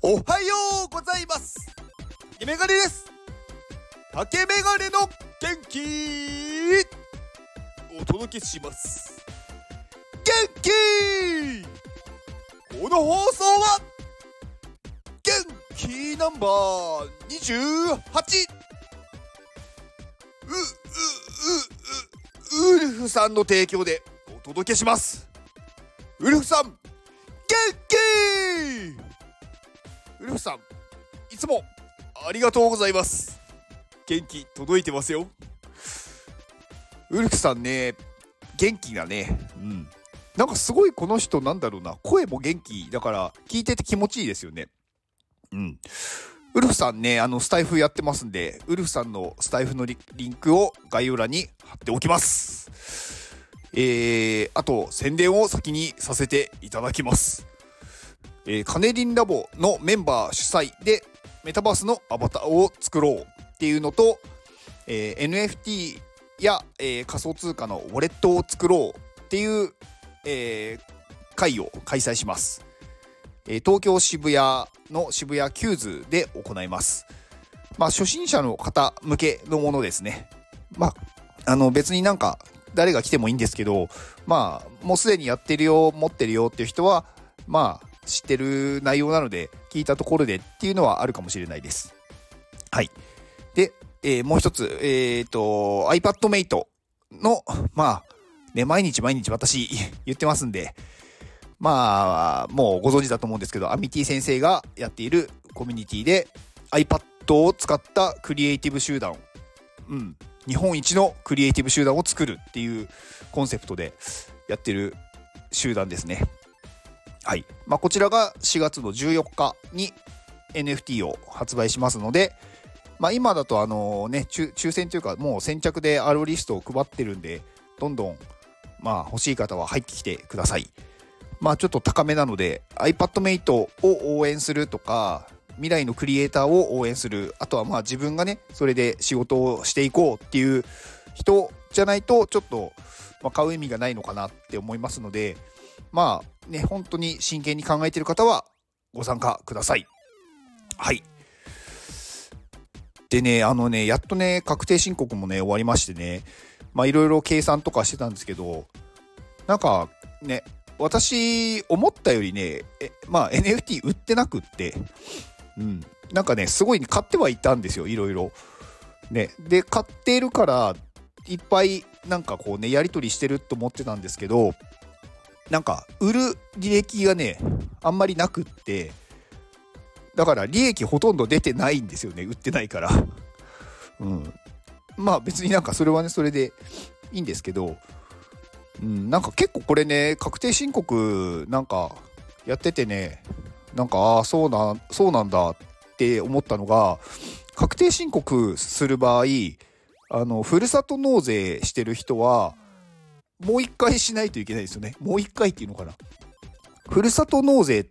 おはようございます。竹メガネです。竹メガネの元気お届けします。元気この放送は元気ナンバー28ウルフさんの提供でお届けします。ウルフさん元気ウルフさんいつもありがとうございます。元気届いてますよ。ウルフさんね、元気がね、なんかすごいこの人なんだろうな、声も元気だから聞いてて気持ちいいですよね。ウルフさんね、スタイフやってますんで、ウルフさんのスタイフのリンクを概要欄に貼っておきます。あと宣伝を先にさせていただきます。カネリンラボのメンバー主催でメタバースのアバターを作ろうっていうのと、NFT や、仮想通貨のウォレットを作ろうっていう、会を開催します。東京渋谷の渋谷キューズで行います。初心者の方向けのものですね。別になんか誰が来てもいいんですけど、もうすでにやってるよ、持ってるよっていう人は知ってる内容なので聞いたところでっていうのはあるかもしれないです。はい。で、もう一つ、iPadMate の毎日私言ってますんで、もうご存知だと思うんですけど、アミティ先生がやっているコミュニティで iPad を使ったクリエイティブ集団、日本一のクリエイティブ集団を作るっていうコンセプトでやってる集団ですね。はい。こちらが4月の14日に NFT を発売しますので、今だと抽選というかもう先着でアローリストを配ってるんで、どんどん欲しい方は入ってきてください。ちょっと高めなので iPadMate を応援するとか、未来のクリエイターを応援する、あとは自分がねそれで仕事をしていこうっていう人じゃないとちょっと買う意味がないのかなって思いますので、本当に真剣に考えている方はご参加ください。はい。でね、やっとね確定申告もね終わりましてね、いろいろ計算とかしてたんですけど、なんかね、私思ったよりね、NFT 売ってなくって、なんかねすごい買ってはいたんですよ、いろいろね。で買っているからいっぱいなんかこうねやり取りしてると思ってたんですけど、なんか売る履歴がねあんまりなくって、だから利益ほとんど出てないんですよね、売ってないから別になんかそれはねそれでいいんですけど、なんか結構これね確定申告なんかやっててね、なんかそうなんだって思ったのが、確定申告する場合ふるさと納税してる人はもう一回しないといけないですよね。もう一回っていうのかな。ふるさと納税って、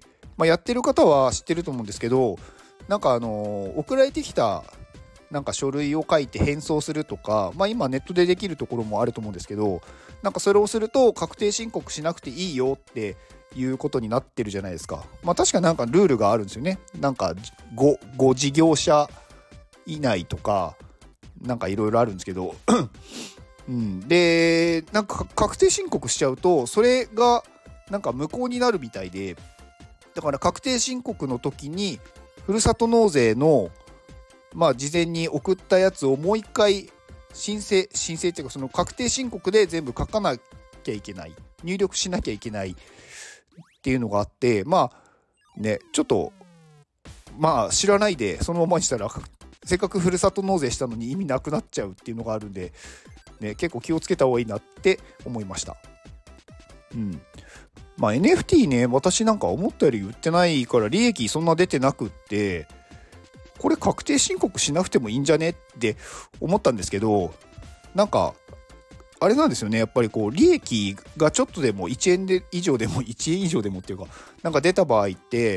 やってる方は知ってると思うんですけど、なんか送られてきたなんか書類を書いて返送するとか、今ネットでできるところもあると思うんですけど、なんかそれをすると確定申告しなくていいよっていうことになってるじゃないですか。確かなんかルールがあるんですよね。なんか 5事業者以内とかなんかいろいろあるんですけどでなんか確定申告しちゃうとそれがなんか無効になるみたいで、だから確定申告の時にふるさと納税の事前に送ったやつをもう一回申請っていうか、その確定申告で全部書かなきゃいけない、入力しなきゃいけないっていうのがあって、ちょっと知らないでそのままにしたらせっかくふるさと納税したのに意味なくなっちゃうっていうのがあるんで、結構気をつけた方がいいなって思いました。NFT ね、私なんか思ったより売ってないから利益そんな出てなくって、これ確定申告しなくてもいいんじゃねって思ったんですけど、なんかあれなんですよね、やっぱりこう利益がちょっとでも1円以上でもっていうかなんか出た場合って、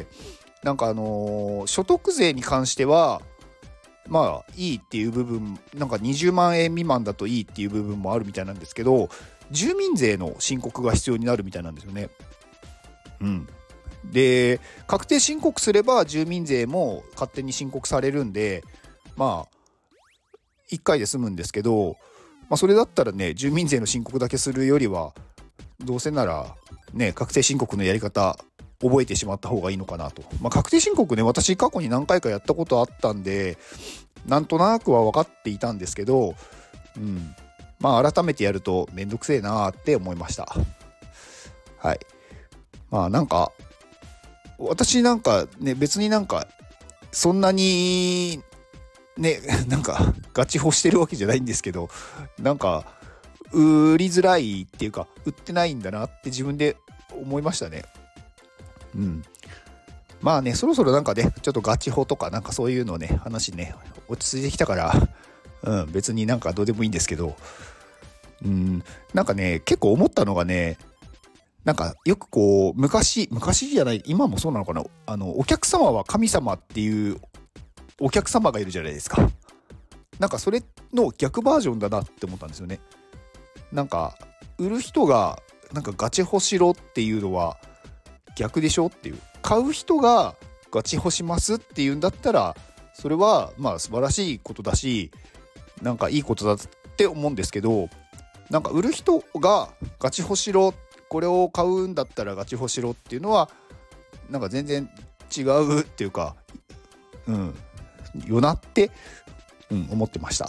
なんか所得税に関してはいいっていう部分、なんか20万円未満だといいっていう部分もあるみたいなんですけど、住民税の申告が必要になるみたいなんですよね。 で確定申告すれば住民税も勝手に申告されるんで、まあ1回で済むんですけど、それだったらね、住民税の申告だけするよりはどうせならね、確定申告のやり方覚えてしまった方がいいのかなと。確定申告ね、私過去に何回かやったことあったんでなんとなくは分かっていたんですけど、改めてやるとめんどくせえなって思いました。はい。なんか私なんかね、別になんかそんなにね、なんかガチホしてるわけじゃないんですけど、なんか売りづらいっていうか売ってないんだなって自分で思いましたね。そろそろなんかね、ちょっとガチホとかなんかそういうのね、話ね落ち着いてきたから、別になんかどうでもいいんですけど、なんかね、結構思ったのがね、なんかよくこう昔じゃない、今もそうなのかな、お客様は神様っていうお客様がいるじゃないですか。なんかそれの逆バージョンだなって思ったんですよね。なんか売る人がなんかガチホしろっていうのは逆でしょっていう、買う人がガチホしますっていうんだったらそれは素晴らしいことだし、なんかいいことだって思うんですけど、なんか売る人がガチホしろ、これを買うんだったらガチホしろっていうのはなんか全然違うっていうか、よなって、思ってました。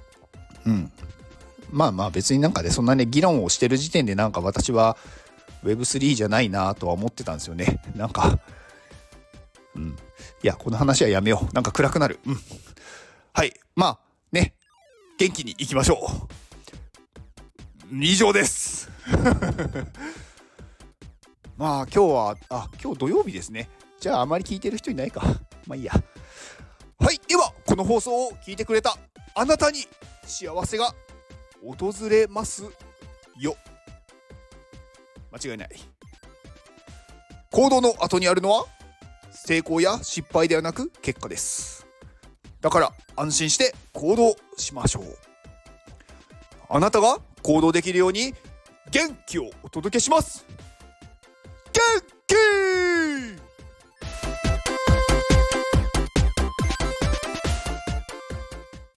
別になんかね、そんなね議論をしてる時点でなんか私は Web3 じゃないなとは思ってたんですよね。なんかいや、この話はやめよう。なんか暗くなる。はい、元気にいきましょう。以上です。今日土曜日ですね。じゃああまり聞いてる人いないか。いいや。はい、ではこの放送を聞いてくれたあなたに幸せが訪れますよ。間違いない。行動の後にあるのは成功や失敗ではなく結果です。だから安心して行動しましょう。あなたが行動できるように元気をお届けします。元気